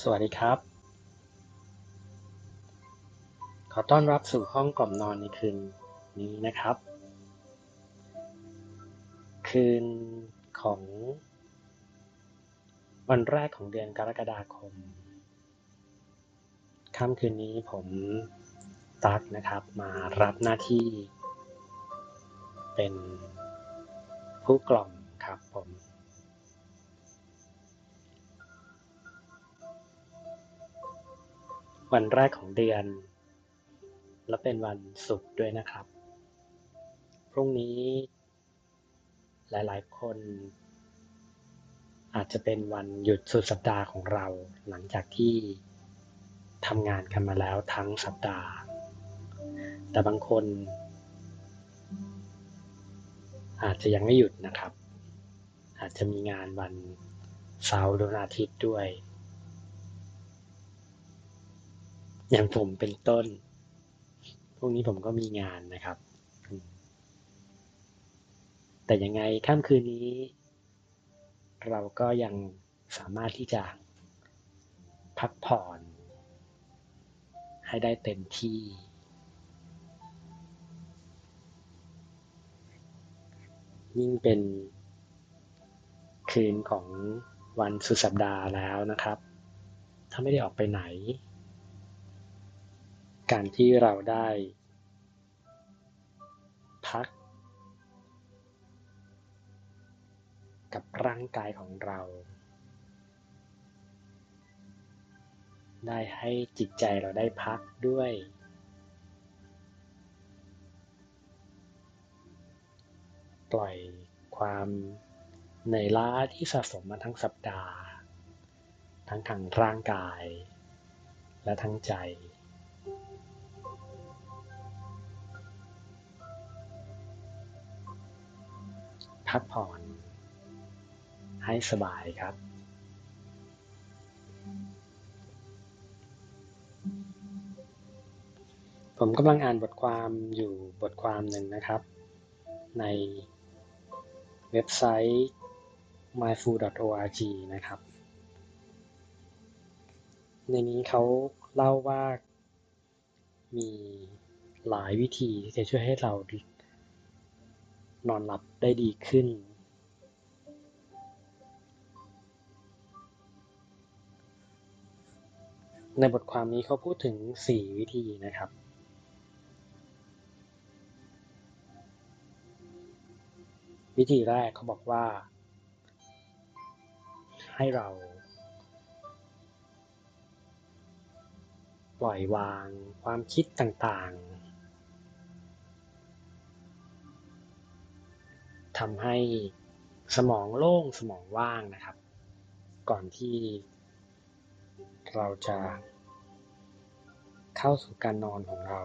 สวัสดีครับขอต้อนรับสู่ห้องกล่อมนอนในคืนนี้นะครับคืนของวันแรกของเดือนกรกฎาคมค่ำคืนนี้ผมตั๊กนะครับมารับหน้าที่เป็นผู้กล่อมครับผมวันแรกของเดือนและเป็นวันศุกร์ด้วยนะครับพรุ่งนี้หลายๆคนอาจจะเป็นวันหยุดสุดสัปดาห์ของเราหลังจากที่ทำงานกันมาแล้วทั้งสัปดาห์แต่บางคนอาจจะยังไม่หยุดนะครับอาจจะมีงานวันเสาร์หรือวันอาทิตย์ด้วยอย่างผมเป็นต้นพรุ่งนี้ผมก็มีงานนะครับแต่ยังไงค่ำคืนนี้เราก็ยังสามารถที่จะพักผ่อนให้ได้เต็มที่ยิ่งเป็นคืนของวันสุดสัปดาห์แล้วนะครับถ้าไม่ได้ออกไปไหนการที่เราได้พักกับร่างกายของเราได้ให้จิตใจเราได้พักด้วยปล่อยความเหนื่อยล้าที่สะสมมาทั้งสัปดาห์ทั้งทางร่างกายและทั้งใจพักผ่อนให้สบายครับผมกำลังอ่านบทความอยู่บทความหนึ่งนะครับในเว็บไซต์ mindful.org นะครับในนี้เขาเล่าว่ามีหลายวิธีที่จะช่วยให้เรานอนหลับได้ดีขึ้นในบทความนี้เขาพูดถึง4วิธีนะครับวิธีแรกเขาบอกว่าให้เราปล่อยวางความคิดต่างๆทำให้สมองโล่งสมองว่างนะครับก่อนที่เราจะเข้าสู่การนอนของเรา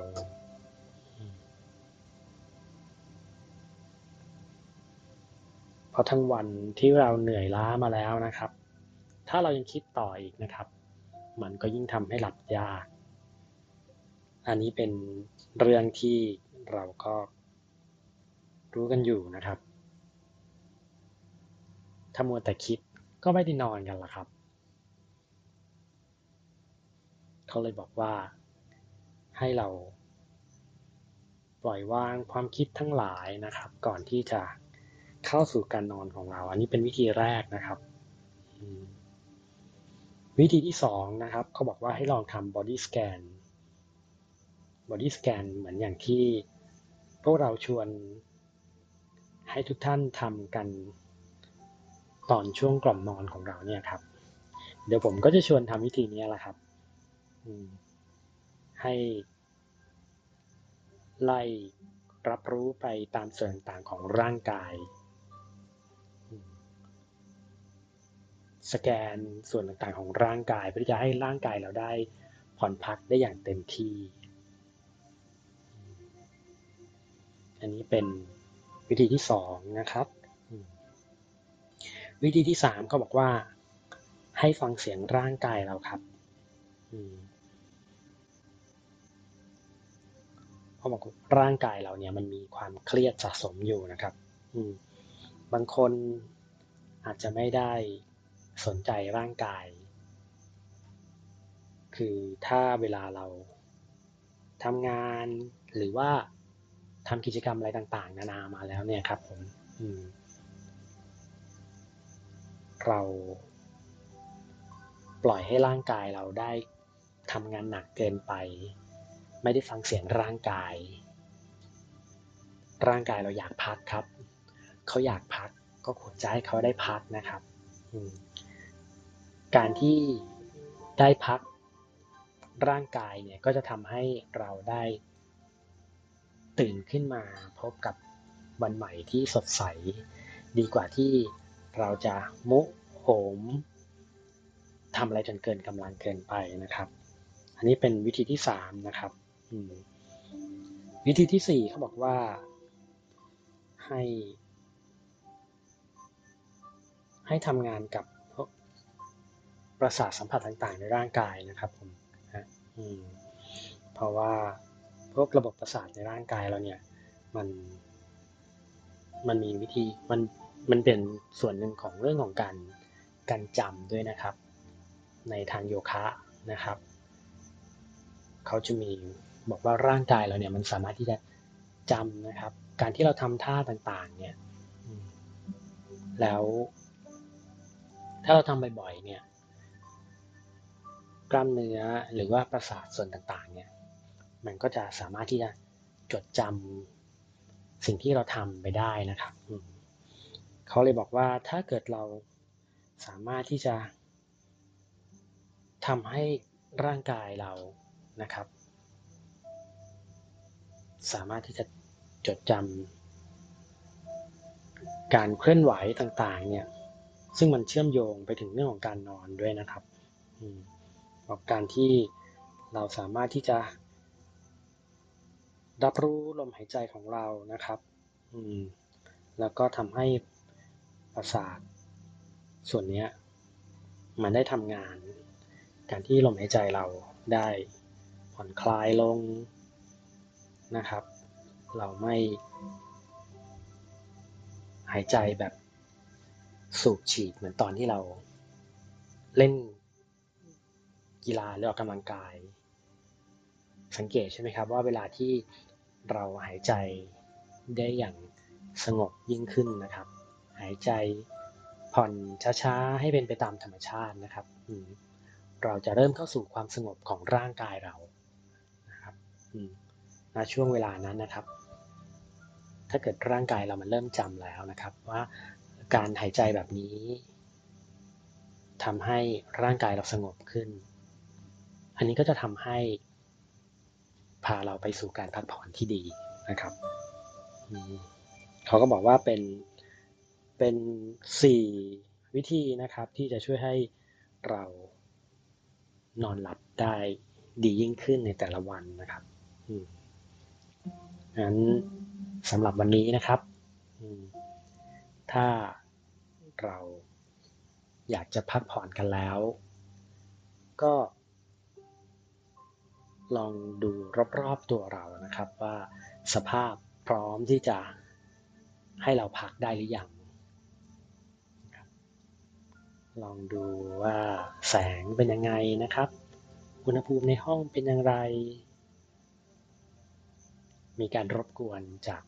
เพราะทั้งวันที่เราเหนื่อยล้ามาแล้วนะครับถ้าเรายังคิดต่ออีกนะครับมันก็ยิ่งทำให้หลับยากอันนี้เป็นเรื่องที่เราก็รู้กันอยู่นะครับถ้ามัวแต่คิดก็ไม่ได้นอนกันละครับเขาเลยบอกว่าให้เราปล่อยวางความคิดทั้งหลายนะครับก่อนที่จะเข้าสู่การนอนของเราอันนี้เป็นวิธีแรกนะครับวิธีที่สองนะครับเขาบอกว่าให้ลองทำ body scan body scan เหมือนอย่างที่พวกเราชวนให้ทุกท่านทำกันตอนช่วงกล่อมนอนของเราเนี่ยครับเดี๋ยวผมก็จะชวนทำวิธีนี้แหละครับให้ไล่รับรู้ไปตามส่วนต่างๆของร่างกายสแกนส่วนต่างๆของร่างกายเพื่อที่จะให้ร่างกายเราได้ผ่อนพักได้อย่างเต็มที่อันนี้เป็นวิธีที่สองนะครับวิธีที่สามเขาบอกว่าให้ฟังเสียงร่างกายเราครับเขาบอกร่างกายเราเนี่ยมันมีความเครียดสะสมอยู่นะครับบางคนอาจจะไม่ได้สนใจร่างกายคือถ้าเวลาเราทำงานหรือว่าทำกิจกรรมอะไรต่างๆนานามาแล้วเนี่ยครับผมเราปล่อยให้ร่างกายเราได้ทำงานหนักเกินไปไม่ได้ฟังเสียงร่างกายเราอยากพักครับเขาอยากพักก็ควรจะให้เขาได้พักนะครับการที่ได้พักร่างกายเนี่ยก็จะทำให้เราได้ตื่นขึ้นมาพบกับวันใหม่ที่สดใสดีกว่าที่เราจะมุโหมทำอะไรจนเกินกำลังเกินไปนะครับอันนี้เป็นวิธีที่3นะครับวิธีที่4เขาบอกว่าให้ทำงานกับประสาทสัมผัสต่างๆในร่างกายนะครับผมเพราะว่าพวกระบบประสาทในร่างกายเราเนี่ยมันมีวิธีมันเป็นส่วนหนึ่งของเรื่องของการจำด้วยนะครับในทางโยคะนะครับเขาจะมีบอกว่าร่างกายเราเนี่ยมันสามารถที่จะจำนะครับการที่เราทำท่าต่างๆเนี่ยแล้วถ้าเราทำบ่อยๆเนี่ยกล้ามเนื้อหรือว่าประสาทส่วนต่างๆเนี่ยมันก็จะสามารถที่จะจดจำสิ่งที่เราทำไปได้นะครับเขาเลยบอกว่าถ้าเกิดเราสามารถที่จะทำให้ร่างกายเรานะครับสามารถที่จะจดจำการเคลื่อนไหวต่างๆเนี่ยซึ่งมันเชื่อมโยงไปถึงเรื่องของการนอนด้วยนะครับการที่เราสามารถที่จะรับรู้ลมหายใจของเรานะครับแล้วก็ทำให้ประสาทส่วนนี้มันได้ทำงานการที่ลมหายใจเราได้ผ่อนคลายลงนะครับเราไม่หายใจแบบสูบฉีดเหมือนตอนที่เราเล่นกีฬาหรือออกกำลังกายสังเกตใช่ไหมครับว่าเวลาที่เราหายใจได้อย่างสงบยิ่งขึ้นนะครับหายใจผ่อนช้าๆให้เป็นไปตามธรรมชาตินะครับเราจะเริ่มเข้าสู่ความสงบของร่างกายเรานะครับณช่วงเวลานั้นนะครับถ้าเกิดร่างกายเรามันเริ่มจำแล้วนะครับว่าการหายใจแบบนี้ทำให้ร่างกายเราสงบขึ้นอันนี้ก็จะทำให้พาเราไปสู่การพักผ่อนที่ดีนะครับเขาก็บอกว่าเป็น4วิธีนะครับที่จะช่วยให้เรานอนหลับได้ดียิ่งขึ้นในแต่ละวันนะครับงั้นสำหรับวันนี้นะครับถ้าเราอยากจะพักผ่อนกันแล้วก็ลองดูรอบๆตัวเรานะครับว่าสภาพพร้อมที่จะให้เราพักได้หรือยังลองดูว่าแสงเป็นยังไงนะครับอุณหภูมิในห้องเป็นอย่างไรมีการรบกวนจาก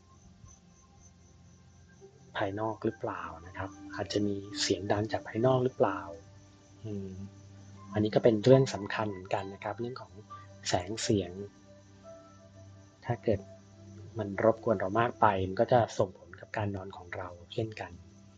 ภายนอกหรือเปล่านะครับอาจจะมีเสียงดังจากภายนอกหรือเปล่าอันนี้ก็เป็นเรื่องสำคัญเหมือนกันนะครับเรื่องของแสงเสียงถ้าเกิดมันรบกวนเรามากไปมันก็จะส่งผลกับการนอนของเราเช่นกัน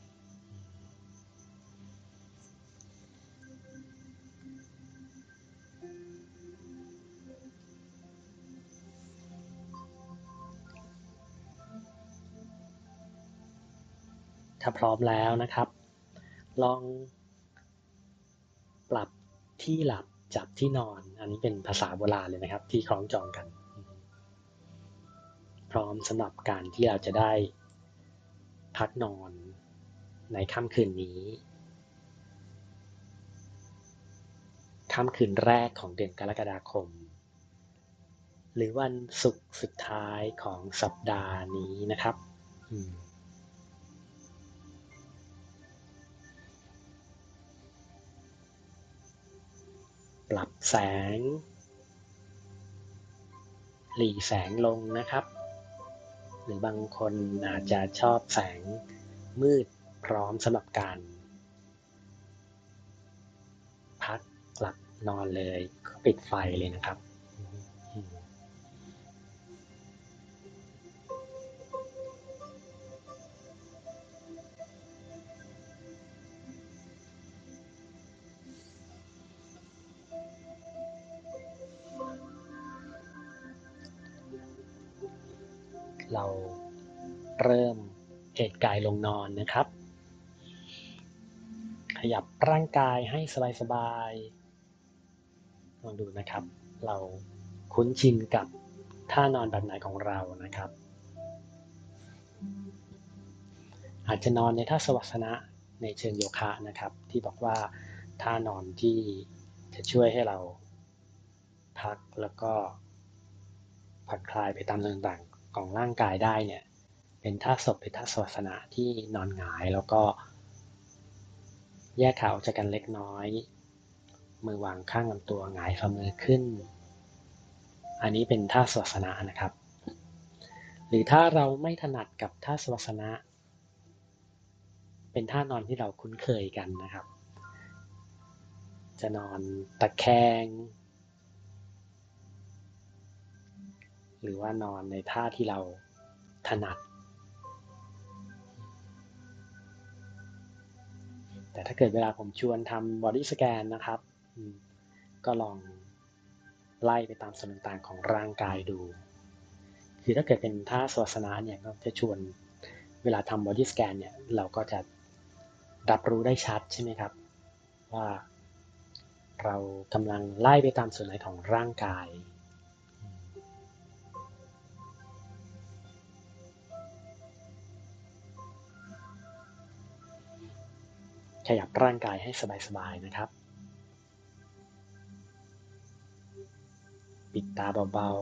ถ้าพร้อมแล้วนะครับลองปรับที่หลับจับที่นอนอันนี้เป็นภาษาโบราณเลยนะครับที่คล้องจองกันพร้อมสำหรับการที่เราจะได้พักนอนในค่ำคืนนี้ค่ำคืนแรกของเดือนกรกฎาคมหรือวันศุกร์สุดท้ายของสัปดาห์นี้นะครับปรับแสงหลีแสงลงนะครับหรือบางคนอาจจะชอบแสงมืดพร้อมสำหรับการพักหลับนอนเลยปิดไฟเลยนะครับเราเริ่มเอนกายลงนอนนะครับขยับร่างกายให้สบายๆลองดูนะครับเราคุ้นชินกับท่านอนแบบไหนของเรานะครับอาจจะนอนในท่าสวาสนะในเชิงโยคะนะครับที่บอกว่าท่านอนที่จะช่วยให้เราพักแล้วก็ผ่อนคลายไปตามส่วนต่างๆของร่างกายได้เนี่ยเป็นท่าศพเป็นท่าสวาสนะที่นอนหงายแล้วก็แยกขาออกจากกันเล็กน้อยมือวางข้างลำตัวหงายฝ่ามือขึ้นอันนี้เป็นท่าสวาสนะนะครับหรือถ้าเราไม่ถนัดกับท่าสวาสนะเป็นท่านอนที่เราคุ้นเคยกันนะครับจะนอนตะแคงหรือว่านอนในท่าที่เราถนัดแต่ถ้าเกิดเวลาผมชวนทำบอดี้สแกนนะครับก็ลองไล่ไปตามส่วนต่างๆของร่างกายดูคือถ้าเกิดเป็นท่าสวาสนะเนี่ยก็จะชวนเวลาทำบอดี้สแกนเนี่ยเราก็จะรับรู้ได้ชัดใช่ไหมครับว่าเรากำลังไล่ไปตามส่วนไหนของร่างกายขยับร่างกายให้สบายๆนะครับปิดตาเบา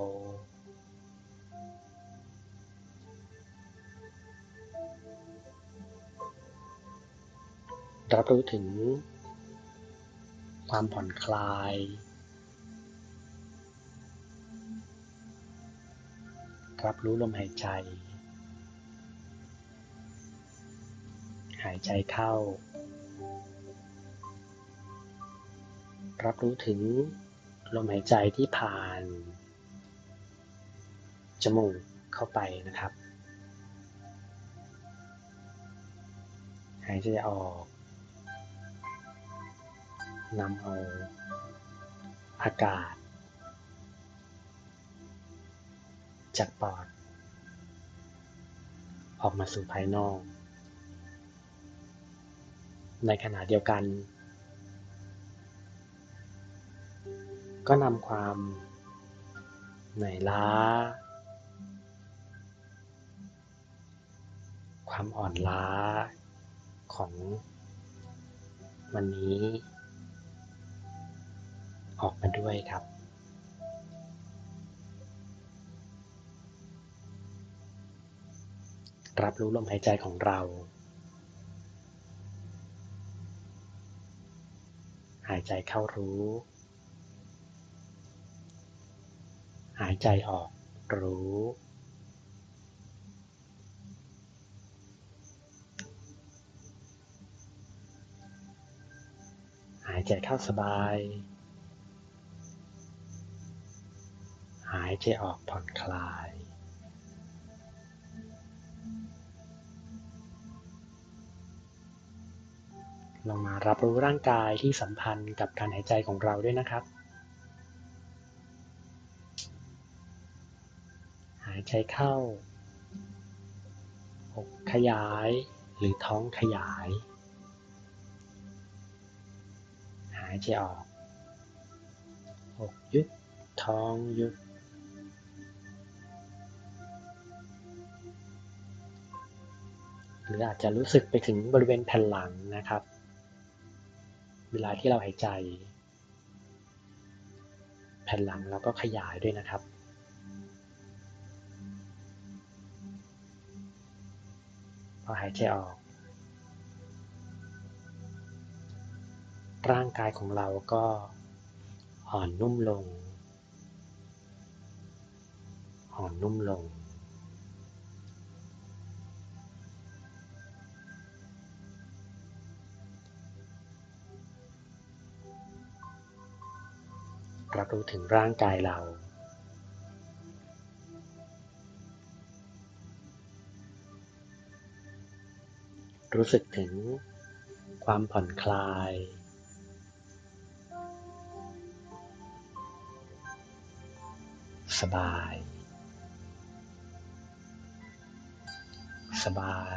ๆรับรู้ถึงความผ่อนคลายรับรู้ลมหายใจหายใจเข้ารับรู้ถึงลมหายใจที่ผ่านจมูกเข้าไปนะครับหายใจออกนำเอาอากาศจากปอดออกมาสู่ภายนอกในขณะเดียวกันก็นำความเหนื่อยล้าความอ่อนล้าของวันนี้ออกมาด้วยครับรับรู้ลมหายใจของเราหายใจเข้ารู้หายใจออกรู้หายใจเข้าสบายหายใจออกผ่อนคลายลงมารับรู้ร่างกายที่สัมพันธ์กับการหายใจของเราด้วยนะครับหายใจเข้าอกขยายหรือท้องขยายหายใจออกอกยุบท้องยุบหรืออาจจะรู้สึกไปถึงบริเวณแผ่นหลังนะครับเวลาที่เราหายใจแผ่นหลังเราก็ขยายด้วยนะครับพอหายใจออกร่างกายของเราก็อ่อนนุ่มลงอ่อนนุ่มลงรับรู้ถึงร่างกายเรารู้สึกถึงความผ่อนคลายสบายสบาย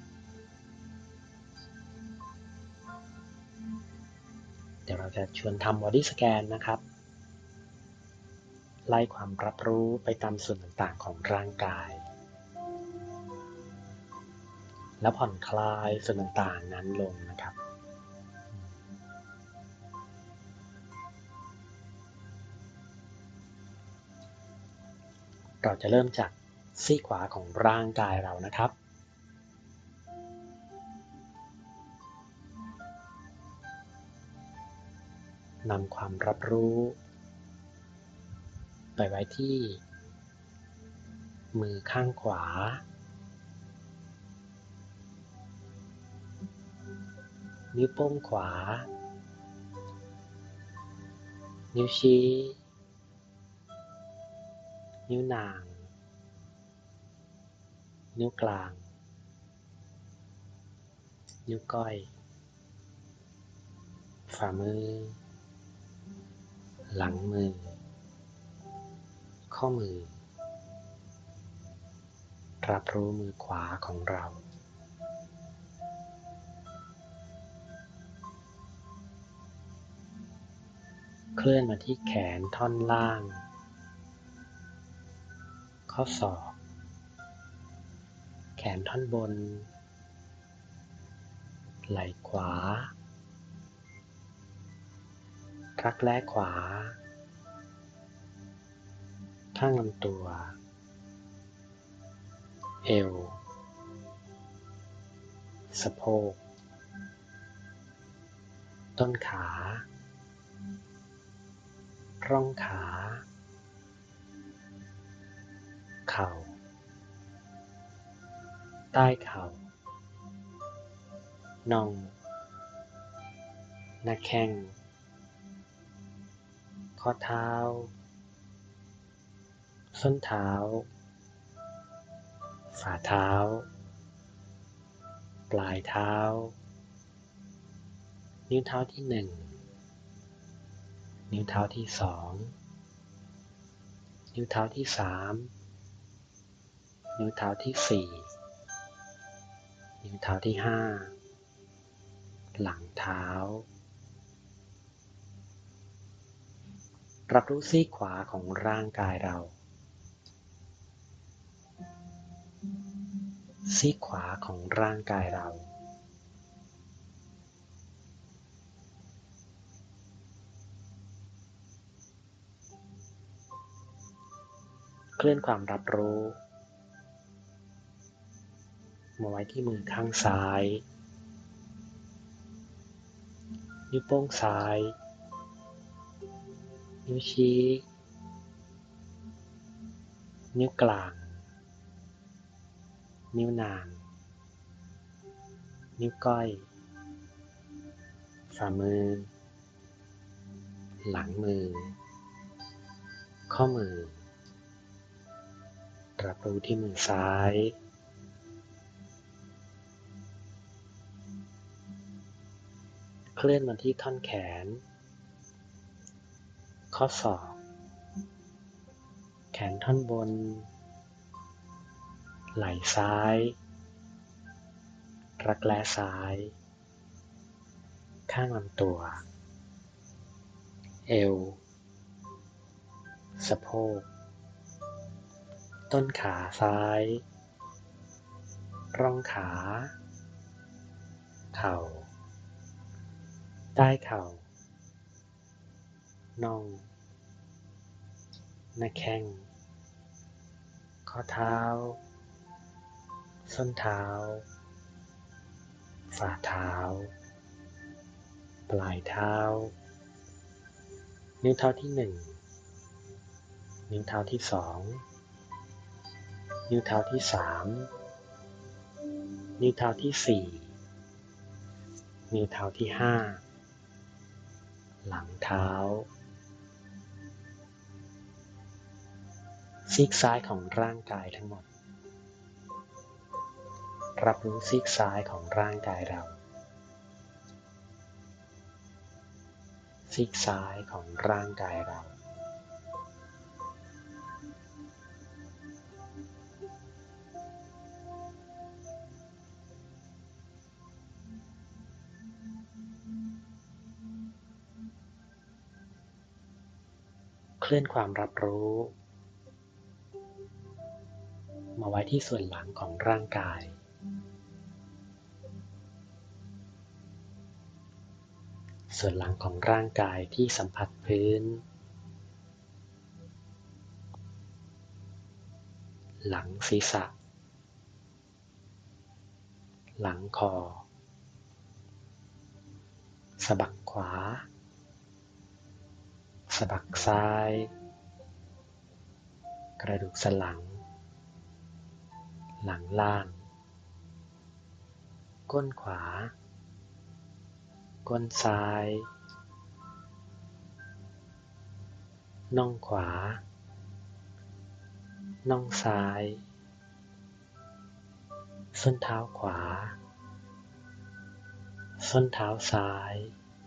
เดี๋ยวเราจะชวนทำ Body Scan นะครับไล่ความรับรู้ไปตามส่วนต่างๆของร่างกายแล้วผ่อนคลายส่วนต่างๆนั้นลงนะครับเราจะเริ่มจากซีกขวาของร่างกายเรานะครับนำความรับรู้ไปไว้ที่มือข้างขวานิ้วโป้งขวานิ้วชี้นิ้วนางนิ้วกลางนิ้วก้อยฝ่ามือหลังมือข้อมือรับรู้มือขวาของเราเคลื่อนมาที่แขนท่อนล่างข้อศอกแขนท่อนบนไหล่ขวารักแร้ขวาข้างลำตัวเอวสะโพกต้นขาร่องขาเข่าใต้เข่าน่องหน้าแข้งข้อเท้าส้นเท้าฝ่าเท้าปลายเท้านิ้วเท้าที่1นิ้วเท้าที่2นิ้วเท้าที่3นิ้วเท้าที่4นิ้วเท้าที่5หลังเท้ารับรู้ซีกขวาของร่างกายเราซีกขวาของร่างกายเราเคลื่อนความรับรู้มาไว้ที่มือข้างซ้ายนิ้วโป้งซ้ายนิ้วชี้นิ้วกลางนิ้วนางนิ้วก้อยฝ่ามือหลังมือข้อมือรับรู้ที่มือซ้ายเคลื่อนมาที่ท่อนแขนข้อศอกแขนท่อนบนไหล่ซ้ายรักแร้ซ้ายข้างลำตัวเอวสะโพกต้นขาซ้ายร่องขาเข่าใต้เข่าน่องหน้าแข้งข้อเท้าส้นเท้าฝ่าเท้าปลายเท้านิ้วเท้าที่1นิ้วเท้าที่2นิ้วเท้าที่3นิ้วเท้าที่4นิ้วเท้าที่5หลังเท้าซีกซ้ายของร่างกายทั้งหมดรับรู้ซีกซ้ายของร่างกายเราซีกซ้ายของร่างกายเราเคลื่อนความรับรู้มาไว้ที่ส่วนหลังของร่างกายส่วนหลังของร่างกายที่สัมผัสพื้นหลังศีรษะหลังคอสะบักขวาสะบักซ้ายกระดูกสันหลังหลังล่างก้นขวาก้นซ้ายน่องขวาน่องซ้ายส้นเท้าขวาส้นเท้าซ้าย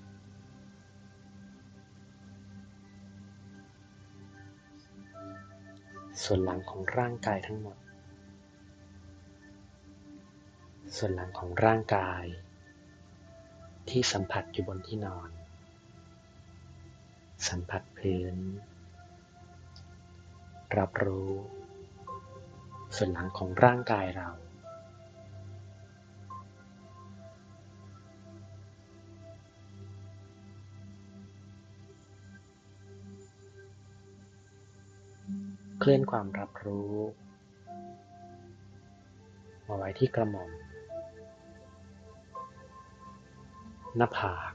ส่วนหลังของร่างกายทั้งหมดส่วนหลังของร่างกายที่สัมผัสอยู่บนที่นอนสัมผัสพื้นรับรู้ส่วนหลังของร่างกายเราเคลื่อนความรับรู้มาไว้ที่กระหม่อมหน้าผาก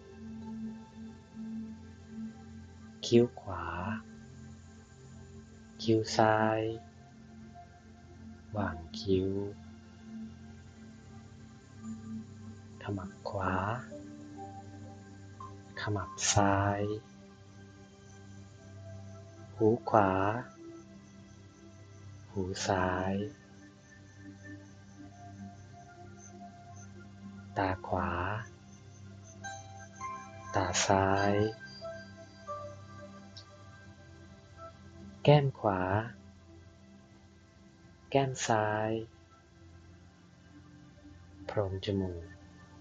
คิ้วขวาคิ้วซ้ายหว่างคิ้วขมับขวาขมับซ้ายหูขวาหูซ้ายตาขวาตาซ้ายแก้มขวาแก้มซ้ายโพรงจมูก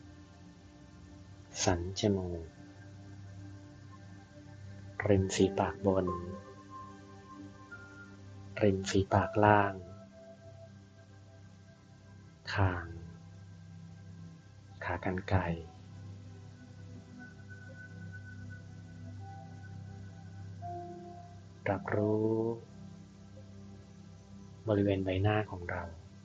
สันจมูกริมฝีปากบนริมฝีปากล่างคางขากรรไกรรับรู้บริเวณใบหน้าของเรา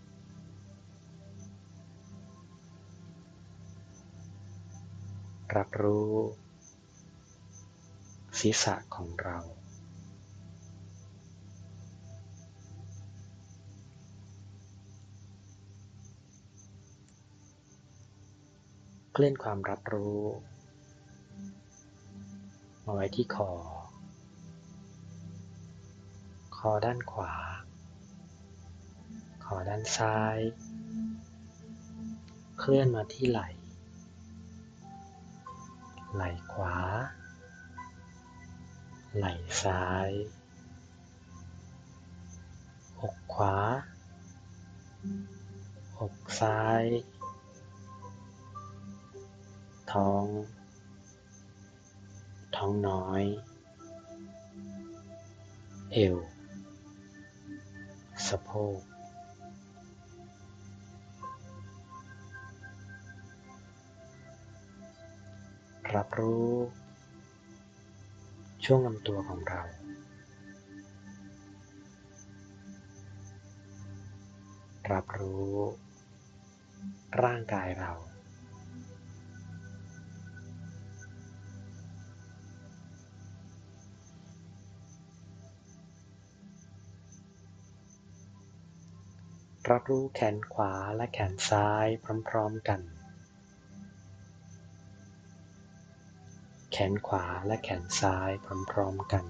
รับรู้ศีรษะของเราเคลื่อนความรับรู้มาไว้ที่คอด้านขวาคอด้านซ้ายเคลื่อนมาที่ไหล่ขวาไหล่ซ้ายอกขวาอกซ้ายท้องน้อยเอวสะโพกรับรู้ช่วงลำตัวของเรารับรู้ร่างกายเรารับรู้แขนขวาและแขนซ้ายพร้อมๆกันแขนขวาและแขนซ้ายพร้อมๆกัน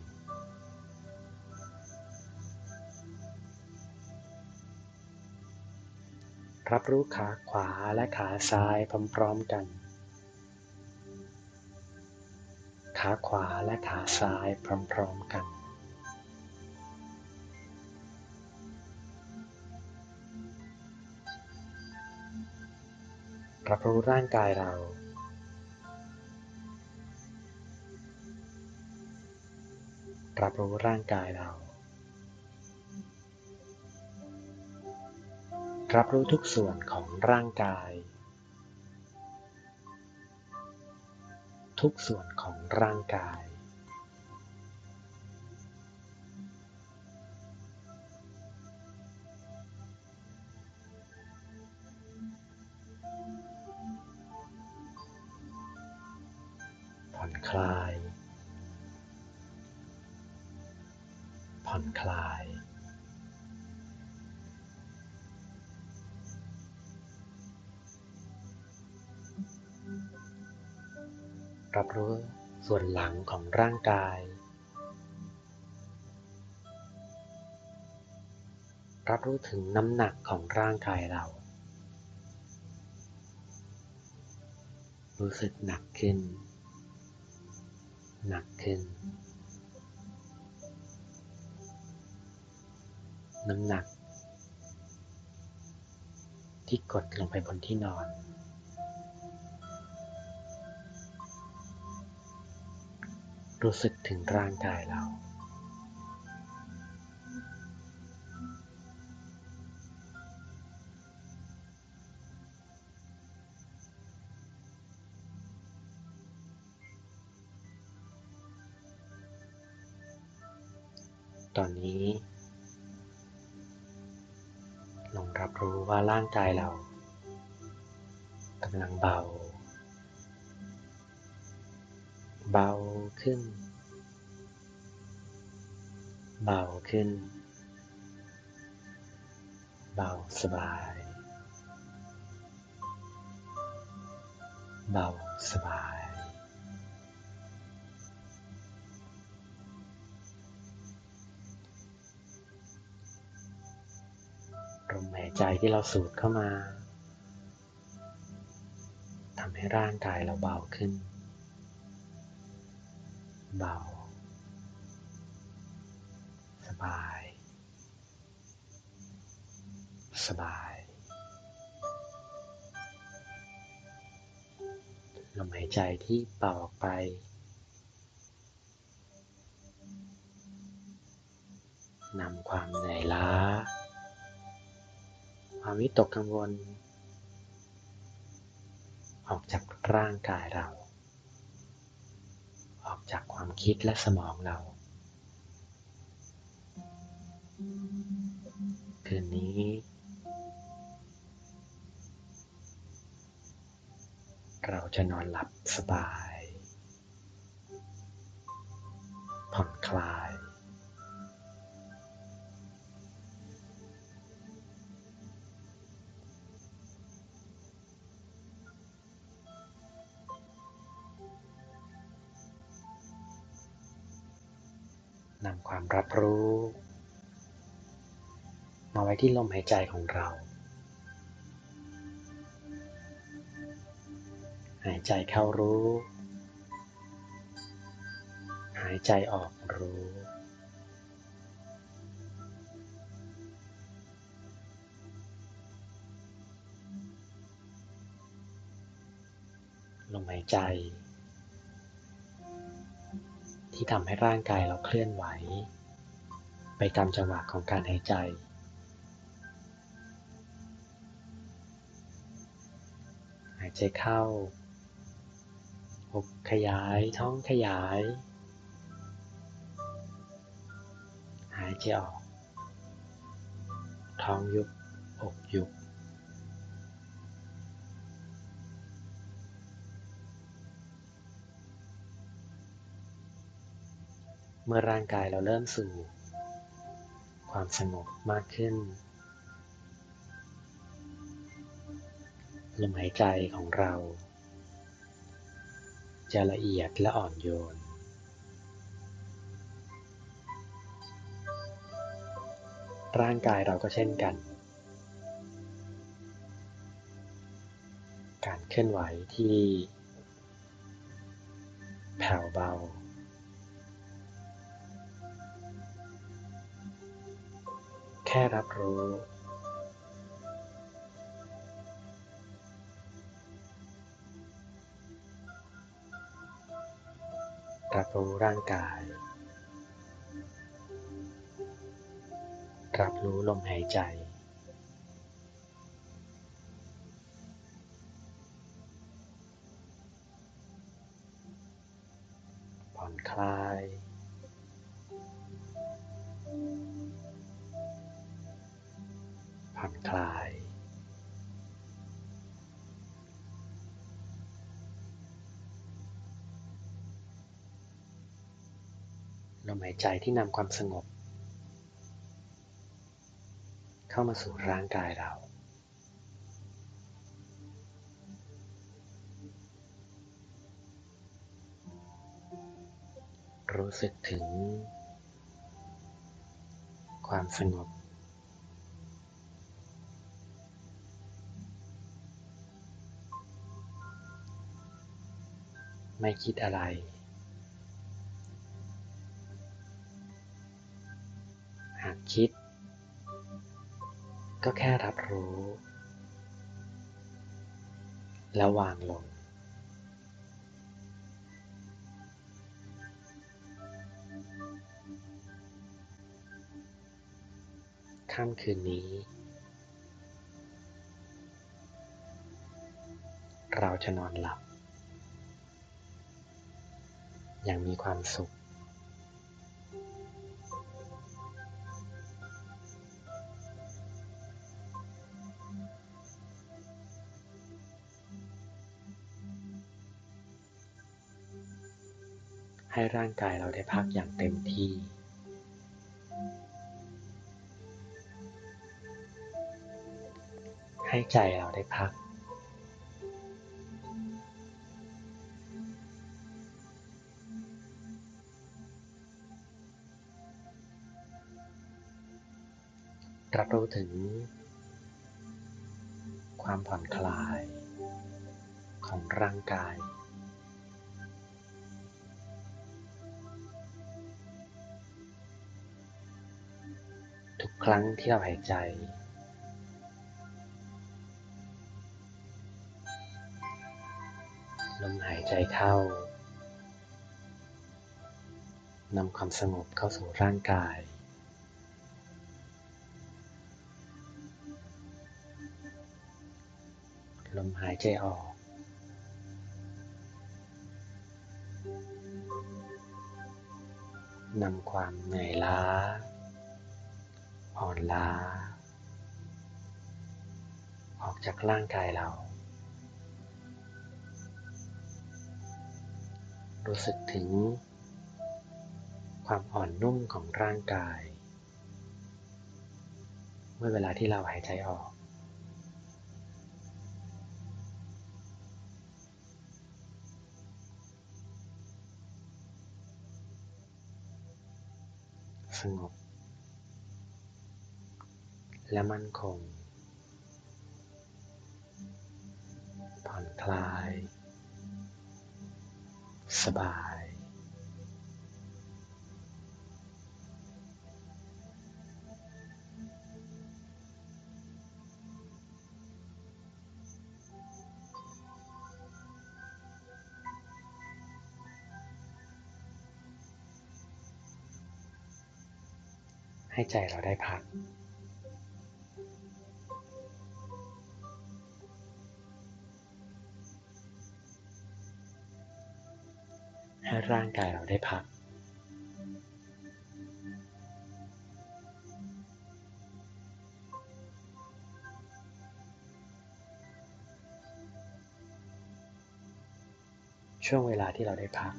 รับรู้ขาขวาและขาซ้ายพร้อมๆกันขาขวาและขาซ้ายพร้อมๆกันรับรู้ร่างกายเรารับรู้ร่างกายเรารับรู้ทุกส่วนของร่างกายทุกส่วนของร่างกายผ่อนคลายผ่อนคลายรับรู้ส่วนหลังของร่างกายรับรู้ถึงน้ำหนักของร่างกายเรารู้สึกหนักขึ้นหนักขึ้นน้ำหนักที่กดลงไปบนที่นอนรู้สึกถึงร่างกายเราตอนนี้ลองรับรู้ว่าร่างกายเรากำลังเบาขึ้นเบาขึ้นเบาสบายเบาสบายลมหายใจที่เราสูดเข้ามาทำให้ร่างกายเราเบาขึ้นเบาสบายสบายลมหายใจที่เป่าออกไปนำความเหนื่อยล้าความวิตกกังวลออกจากร่างกายเราออกจากความคิดและสมองเราคืนนี้เราจะนอนหลับสบายผ่อนคลายนำความรับรู้มาไว้ที่ลมหายใจของเราหายใจเข้ารู้หายใจออกรู้ลมหายใจที่ทำให้ร่างกายเราเคลื่อนไหวไปตามจังหวะของการหายใจหายใจเข้าอกขยายท้องขยายหายใจออกท้องยุบอกยุบเมื่อร่างกายเราเริ่มสู่ความสงบมากขึ้นลมหายใจของเราจะละเอียดและอ่อนโยนร่างกายเราก็เช่นกันการเคลื่อนไหวที่แผ่วเบาแค่รับรู้ร่างกายรับรู้ลมหายใจผ่อนคลายผ่อนคลายลมหายใจที่นำความสงบเข้ามาสู่ร่างกายเรารู้สึกถึงความสงบไม่คิดอะไรหากคิดก็แค่รับรู้แล้ววางลงค่ำคืนนี้เราจะนอนหลับอย่างมีความสุขให้ร่างกายเราได้พักอย่างเต็มที่ให้ใจเราได้พักรับรู้ถึงความผ่อนคลายของร่างกายทุกครั้งที่เราหายใจลมหายใจเข้านำความสงบเข้าสู่ร่างกายลมหายใจออกนำความเหนื่อยล้าอ่อนล้าออกจากร่างกายเรารู้สึกถึงความอ่อนนุ่มของร่างกายเมื่อเวลาที่เราหายใจออกสงบและมั่นคงผ่อนคลายสบายให้ใจเราได้พักให้ร่างกายเราได้พักช่วงเวลาที่เราได้พัก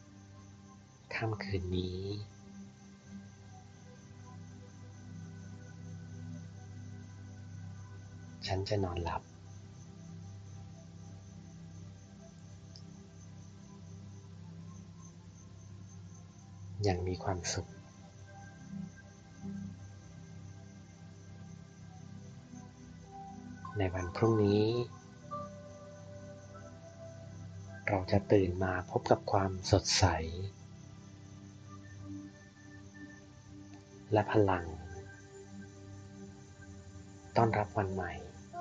ค่ำคืนนี้ฉันจะนอนหลับอย่างมีความสุขในวันพรุ่งนี้เราจะตื่นมาพบกับความสดใสและพลังต้อนรับวันใหม่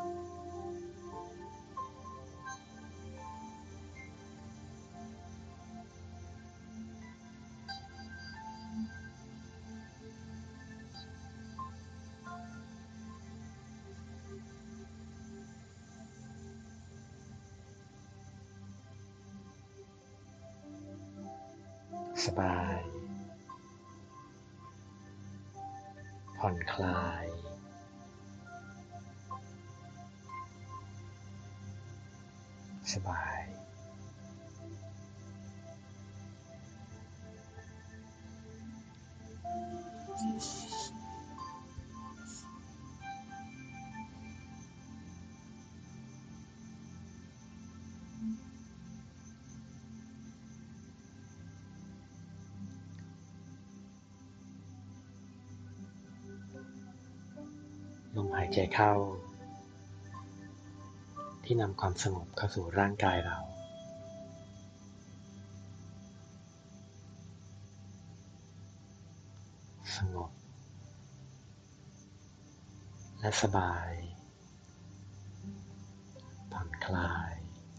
สบายผ่อนคลายสบายลมหายใจเข้าที่นำความสงบเข้าสู่ร่างกายเราสงบและสบายผ่อนคลาย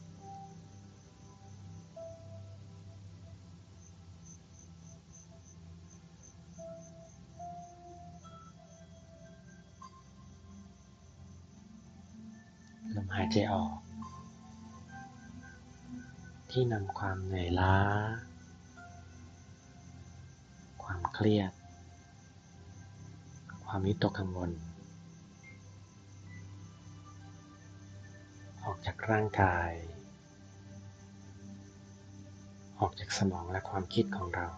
ลมหายใจออกที่นำความเหนื่อยล้าความเครียดความวิตกกังวลออกจากร่างกายออกจากสมองและความคิดของเรา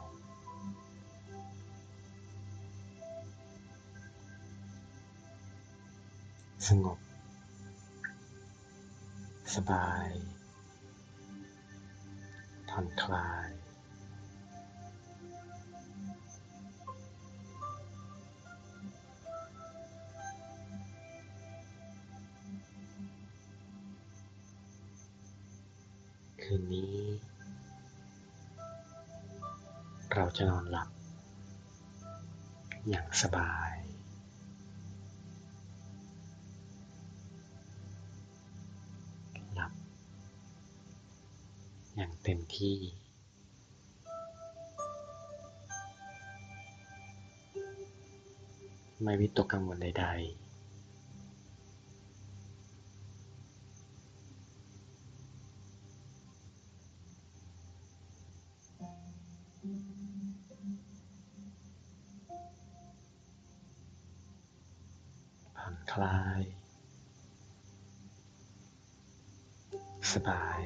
สงบสบายผ่อนคลายคืนนี้เราจะนอนหลับอย่างสบายหลับอย่างเต็มที่ไม่วิตกกังวลใดๆผ่อนคลายสบาย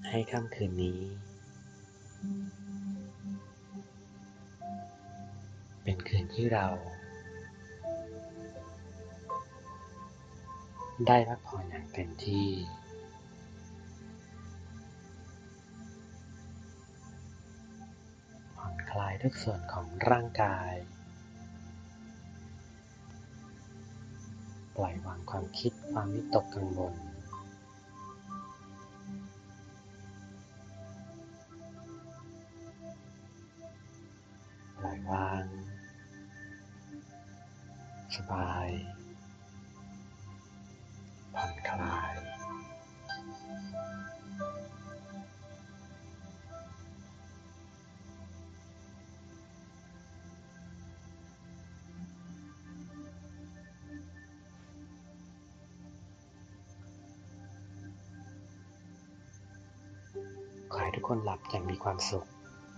ให้ค่ำคืนนี้เป็นคืนที่เราได้พักผ่อนอย่างเต็มที่ผ่อนคลายทุกส่วนของร่างกายปล่อยวางความคิดความวิตกกังวลปล่อยวางสบายผ่อนคลายขอให้ทุกคนหลับอย่างมีความสุข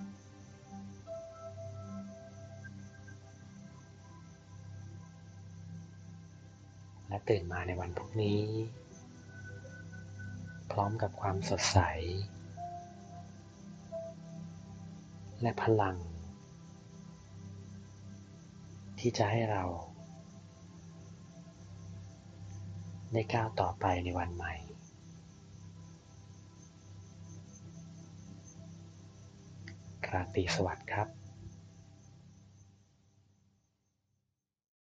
และตื่นมาในวันพรุ่งนี้พร้อมกับความสดใสและพลังที่จะให้เราได้ก้าวต่อไปในวันใหม่ราตรีสวัสดิ์ครับ